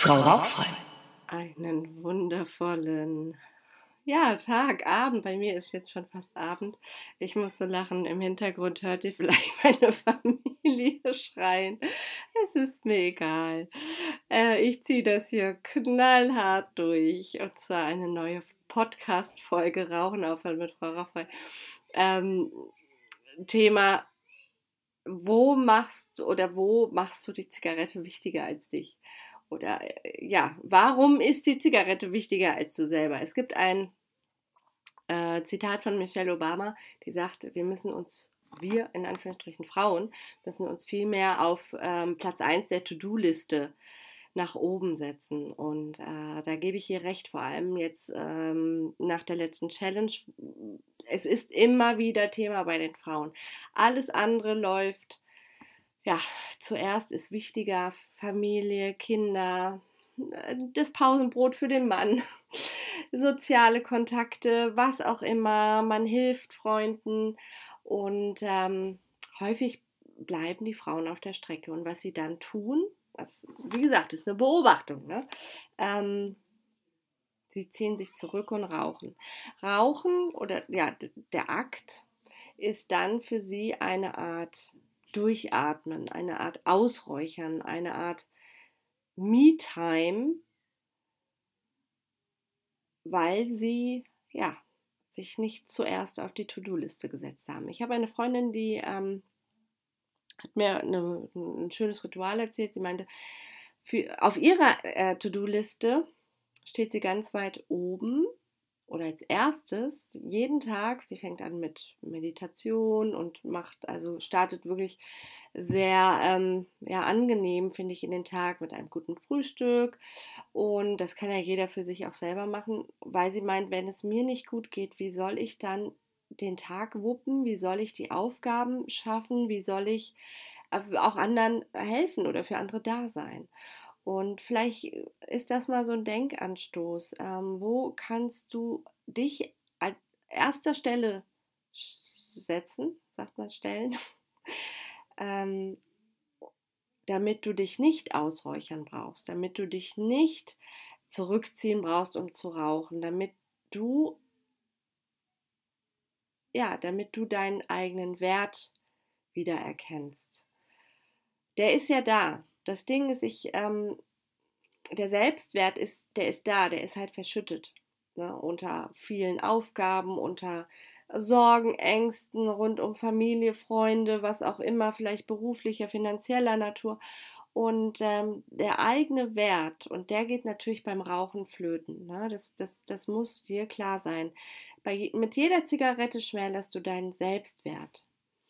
Frau Rauchfrei. Einen wundervollen, ja, Tag, Abend. Bei mir ist jetzt schon fast Abend. Ich muss so lachen. Im Hintergrund hört ihr vielleicht meine Familie schreien. Es ist mir egal. Ich ziehe das hier knallhart durch. Und zwar eine neue Podcast-Folge Rauchen aufhören mit Frau Rauchfrei. Thema, wo machst du die Zigarette wichtiger als dich? Oder ja, warum ist die Zigarette wichtiger als du selber? Es gibt ein Zitat von Michelle Obama, die sagt, wir in Anführungsstrichen Frauen, müssen uns viel mehr auf Platz 1 der To-Do-Liste nach oben setzen. Und da gebe ich ihr recht, vor allem jetzt nach der letzten Challenge. Es ist immer wieder Thema bei den Frauen. Alles andere läuft, ja, zuerst ist wichtiger Familie, Kinder, das Pausenbrot für den Mann, soziale Kontakte, was auch immer, man hilft Freunden und häufig bleiben die Frauen auf der Strecke und was sie dann tun, das, wie gesagt, ist eine Beobachtung, ne? Sie ziehen sich zurück und rauchen. Rauchen oder ja, der Akt ist dann für sie eine Art Durchatmen, eine Art Ausräuchern, eine Art Me-Time, weil sie ja, sich nicht zuerst auf die To-Do-Liste gesetzt haben. Ich habe eine Freundin, die hat mir ein schönes Ritual erzählt. Sie meinte, auf ihrer To-Do-Liste steht sie ganz weit oben oder als erstes jeden Tag. Sie fängt an mit Meditation und startet wirklich sehr ja, angenehm, finde ich, in den Tag mit einem guten Frühstück. Und das kann ja jeder für sich auch selber machen, weil sie meint, wenn es mir nicht gut geht, wie soll ich dann den Tag wuppen? Wie soll ich die Aufgaben schaffen? Wie soll ich auch anderen helfen oder für andere da sein? Und vielleicht ist das mal so ein Denkanstoß. Wo kannst du dich an erster Stelle setzen, sagt man stellen, ähm, damit du dich nicht ausräuchern brauchst, damit du dich nicht zurückziehen brauchst, um zu rauchen, du, damit du deinen eigenen Wert wieder erkennst. Der ist ja da. Das Ding ist, der Selbstwert der ist da, der ist halt verschüttet. Ne? Unter vielen Aufgaben, unter Sorgen, Ängsten rund um Familie, Freunde, was auch immer, vielleicht beruflicher, finanzieller Natur. Und der eigene Wert, und der geht natürlich beim Rauchen flöten. Ne? Das muss dir klar sein. Mit jeder Zigarette schmälerst du deinen Selbstwert.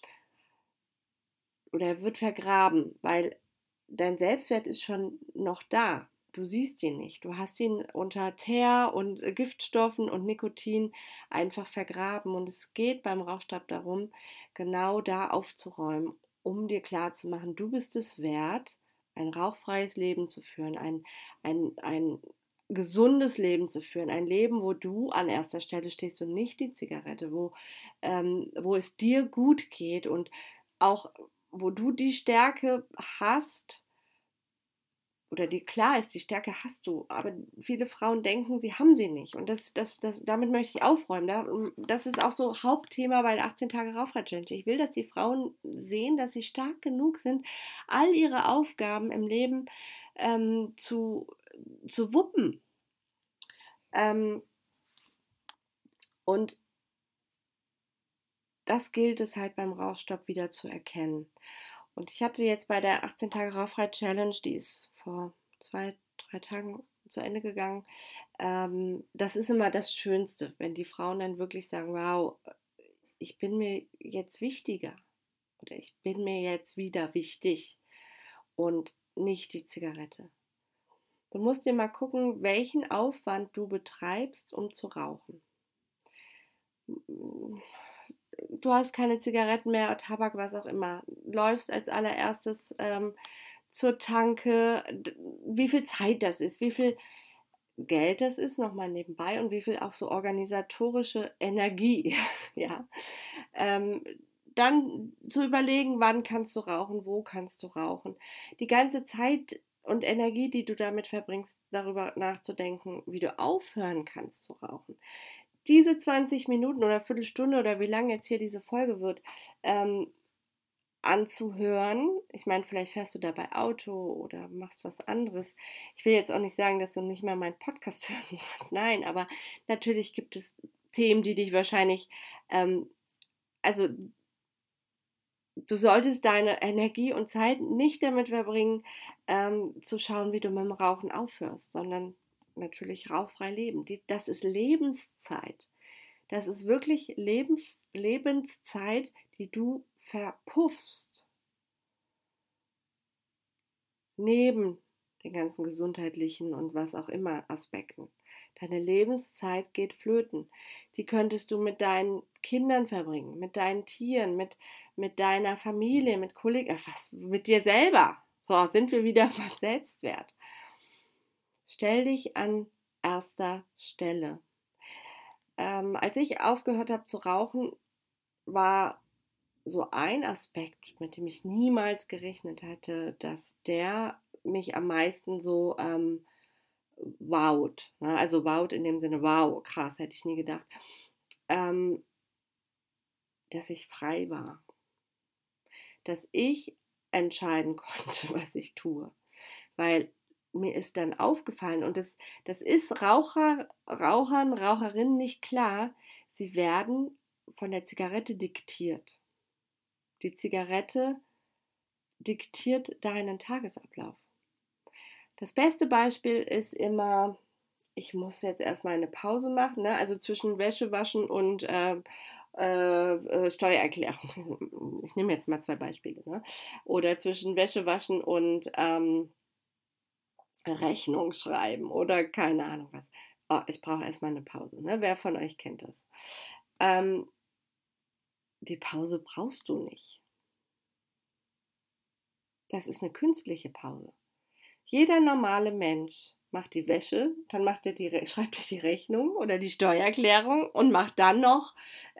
Oder er wird vergraben, weil dein Selbstwert ist schon noch da. Du siehst ihn nicht. Du hast ihn unter Teer und Giftstoffen und Nikotin einfach vergraben. Und es geht beim Rauchstab darum, genau da aufzuräumen, um dir klarzumachen, du bist es wert, ein rauchfreies Leben zu führen, ein gesundes Leben zu führen, ein Leben, wo du an erster Stelle stehst und nicht die Zigarette, wo es dir gut geht und auch wo du die Stärke hast, oder die klar ist, die Stärke hast du, aber viele Frauen denken, sie haben sie nicht. Und damit möchte ich aufräumen. Das ist auch so Hauptthema bei der 18 Tage Rauchfrei-Challenge. Ich will, dass die Frauen sehen, dass sie stark genug sind, all ihre Aufgaben im Leben zu wuppen. Und das gilt es halt beim Rauchstopp wieder zu erkennen. Und ich hatte jetzt bei der 18 Tage Rauchfrei Challenge, die ist vor 2, 3 Tagen zu Ende gegangen. Das ist immer das Schönste, wenn die Frauen dann wirklich sagen, wow, ich bin mir jetzt wichtiger oder ich bin mir jetzt wieder wichtig und nicht die Zigarette. Du musst dir mal gucken, welchen Aufwand du betreibst, um zu rauchen. Du hast keine Zigaretten mehr, Tabak, was auch immer. Läufst als allererstes zur Tanke, wie viel Zeit das ist, wie viel Geld das ist, nochmal nebenbei und wie viel auch so organisatorische Energie, ja. Dann zu überlegen, wann kannst du rauchen, wo kannst du rauchen. Die ganze Zeit und Energie, die du damit verbringst, darüber nachzudenken, wie du aufhören kannst zu rauchen. Diese 20 Minuten oder Viertelstunde oder wie lange jetzt hier diese Folge wird, anzuhören. Ich meine, vielleicht fährst du dabei Auto oder machst was anderes. Ich will jetzt auch nicht sagen, dass du nicht mehr meinen Podcast hören kannst. Nein, aber natürlich gibt es Themen, die dich wahrscheinlich, also du solltest deine Energie und Zeit nicht damit verbringen, zu schauen, wie du mit dem Rauchen aufhörst, sondern natürlich rauchfrei leben. Das ist Lebenszeit. Das ist wirklich Lebenszeit, die du verpuffst. Neben den ganzen gesundheitlichen und was auch immer Aspekten. Deine Lebenszeit geht flöten. Die könntest du mit deinen Kindern verbringen, mit deinen Tieren, mit deiner Familie, mit Kollegen, mit dir selber. So, sind wir wieder beim Selbstwert. Stell dich an erster Stelle. Als ich aufgehört habe zu rauchen, war so ein Aspekt, mit dem ich niemals gerechnet hatte, dass der mich am meisten so wowt. Ne? Also wowt in dem Sinne, wow, krass, hätte ich nie gedacht, ähm, dass ich frei war. Dass ich entscheiden konnte, was ich tue. Weil mir ist dann aufgefallen, und das ist Rauchern, Raucherinnen nicht klar, sie werden von der Zigarette diktiert. Die Zigarette diktiert deinen Tagesablauf. Das beste Beispiel ist immer, ich muss jetzt erstmal eine Pause machen, ne? Also zwischen Wäsche waschen und Steuererklärung. Ich nehme jetzt mal 2 Beispiele. Ne? Oder zwischen Wäsche waschen und Rechnung schreiben oder keine Ahnung was. Oh, ich brauche erstmal eine Pause. Ne? Wer von euch kennt das? Ähm, die Pause brauchst du nicht. Das ist eine künstliche Pause. Jeder normale Mensch macht die Wäsche, dann schreibt er die Rechnung oder die Steuererklärung und macht dann noch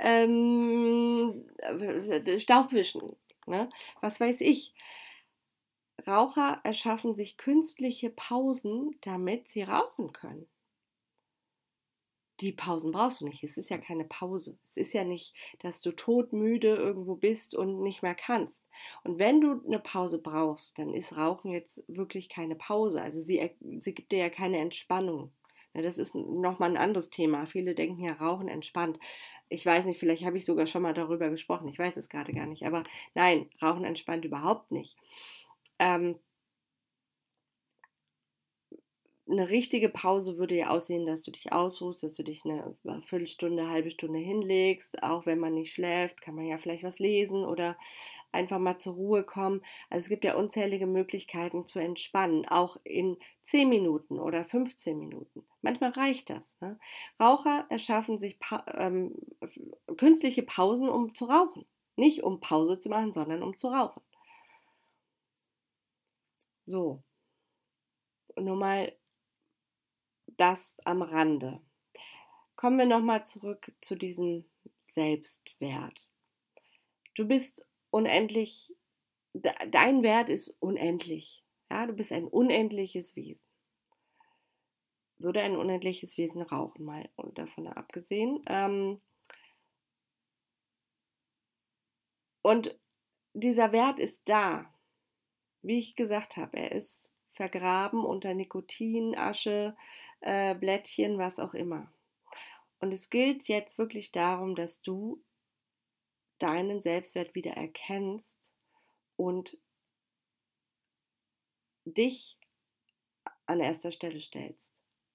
Staubwischen. Ne? Was weiß ich. Raucher erschaffen sich künstliche Pausen, damit sie rauchen können. Die Pausen brauchst du nicht. Es ist ja keine Pause. Es ist ja nicht, dass du todmüde irgendwo bist und nicht mehr kannst. Und wenn du eine Pause brauchst, dann ist Rauchen jetzt wirklich keine Pause. Also sie gibt dir ja keine Entspannung. Ja, das ist nochmal ein anderes Thema. Viele denken ja, Rauchen entspannt. Ich weiß nicht, vielleicht habe ich sogar schon mal darüber gesprochen. Ich weiß es gerade gar nicht. Aber nein, Rauchen entspannt überhaupt nicht. Eine richtige Pause würde ja aussehen, dass du dich ausruhst, dass du dich eine Viertelstunde, halbe Stunde hinlegst. Auch wenn man nicht schläft, kann man ja vielleicht was lesen oder einfach mal zur Ruhe kommen. Also es gibt ja unzählige Möglichkeiten zu entspannen, auch in 10 Minuten oder 15 Minuten. Manchmal reicht das. Ne? Raucher erschaffen sich künstliche Pausen, um zu rauchen. Nicht um Pause zu machen, sondern um zu rauchen. So, nur mal das am Rande. Kommen wir nochmal zurück zu diesem Selbstwert. Du bist unendlich, dein Wert ist unendlich. Ja, du bist ein unendliches Wesen. Würde ein unendliches Wesen rauchen, mal davon abgesehen. Und dieser Wert ist da. Wie ich gesagt habe, er ist vergraben unter Nikotin, Asche, Blättchen, was auch immer. Und es gilt jetzt wirklich darum, dass du deinen Selbstwert wieder erkennst und dich an erster Stelle stellst.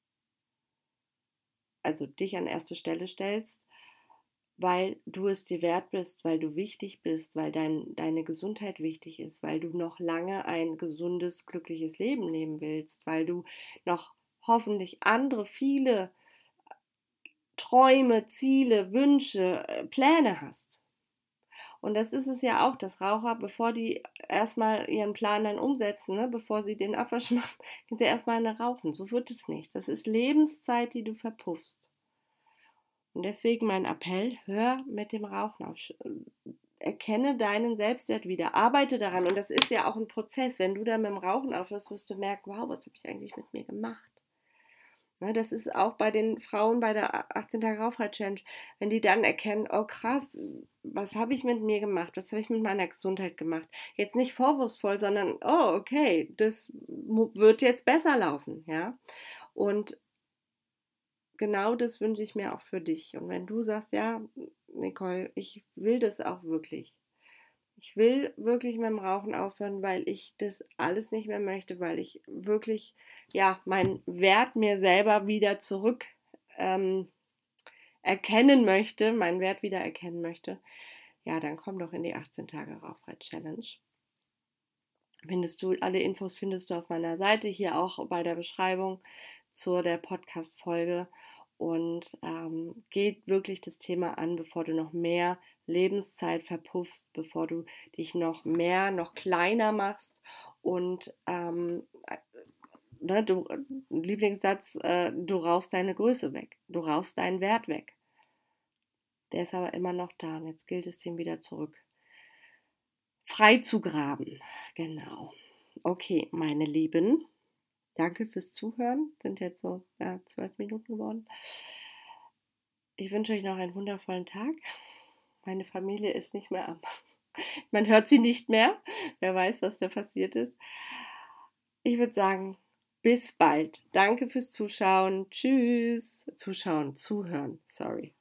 Also dich an erste Stelle stellst, weil du es dir wert bist, weil du wichtig bist, weil deine Gesundheit wichtig ist, weil du noch lange ein gesundes, glückliches Leben leben willst, weil du noch hoffentlich andere viele Träume, Ziele, Wünsche, Pläne hast. Und das ist es ja auch, dass Raucher, bevor die erstmal ihren Plan dann umsetzen, ne, bevor sie den Abwasch machen, gehen sie erstmal eine rauchen. So wird es nicht. Das ist Lebenszeit, die du verpuffst. Und deswegen mein Appell, hör mit dem Rauchen auf. erkenne deinen Selbstwert wieder, arbeite daran. Und das ist ja auch ein Prozess. Wenn du dann mit dem Rauchen aufhörst, wirst du merken, wow, was habe ich eigentlich mit mir gemacht? Ne, das ist auch bei den Frauen bei der 18 Tage Rauchfrei-Challenge, wenn die dann erkennen, oh krass, was habe ich mit mir gemacht, was habe ich mit meiner Gesundheit gemacht. Jetzt nicht vorwurfsvoll, sondern, oh okay, das wird jetzt besser laufen, ja. Und genau das wünsche ich mir auch für dich. Und wenn du sagst, ja, Nicole, ich will das auch wirklich. Ich will wirklich mit dem Rauchen aufhören, weil ich das alles nicht mehr möchte, weil ich wirklich, ja, meinen Wert mir selber wieder zurück ähm, erkennen möchte, meinen Wert wieder erkennen möchte. Ja, dann komm doch in die 18 Tage Rauchfrei-Challenge. Alle Infos findest du auf meiner Seite, hier auch bei der Beschreibung zu der Podcast-Folge. Und geht wirklich das Thema an, bevor du noch mehr Lebenszeit verpuffst, bevor du dich noch kleiner machst und ne, Lieblingssatz, du rauchst deine Größe weg, du rauchst deinen Wert weg. Der ist aber immer noch da und jetzt gilt es, den wieder zurück frei zu graben. Genau. Okay, meine Lieben, danke fürs Zuhören. Sind jetzt so 12 Minuten geworden. Ich wünsche euch noch einen wundervollen Tag. Meine Familie ist nicht mehr am. Man hört sie nicht mehr. Wer weiß, was da passiert ist. Ich würde sagen, bis bald. Danke fürs Zuschauen. Tschüss. Zuhören. Sorry.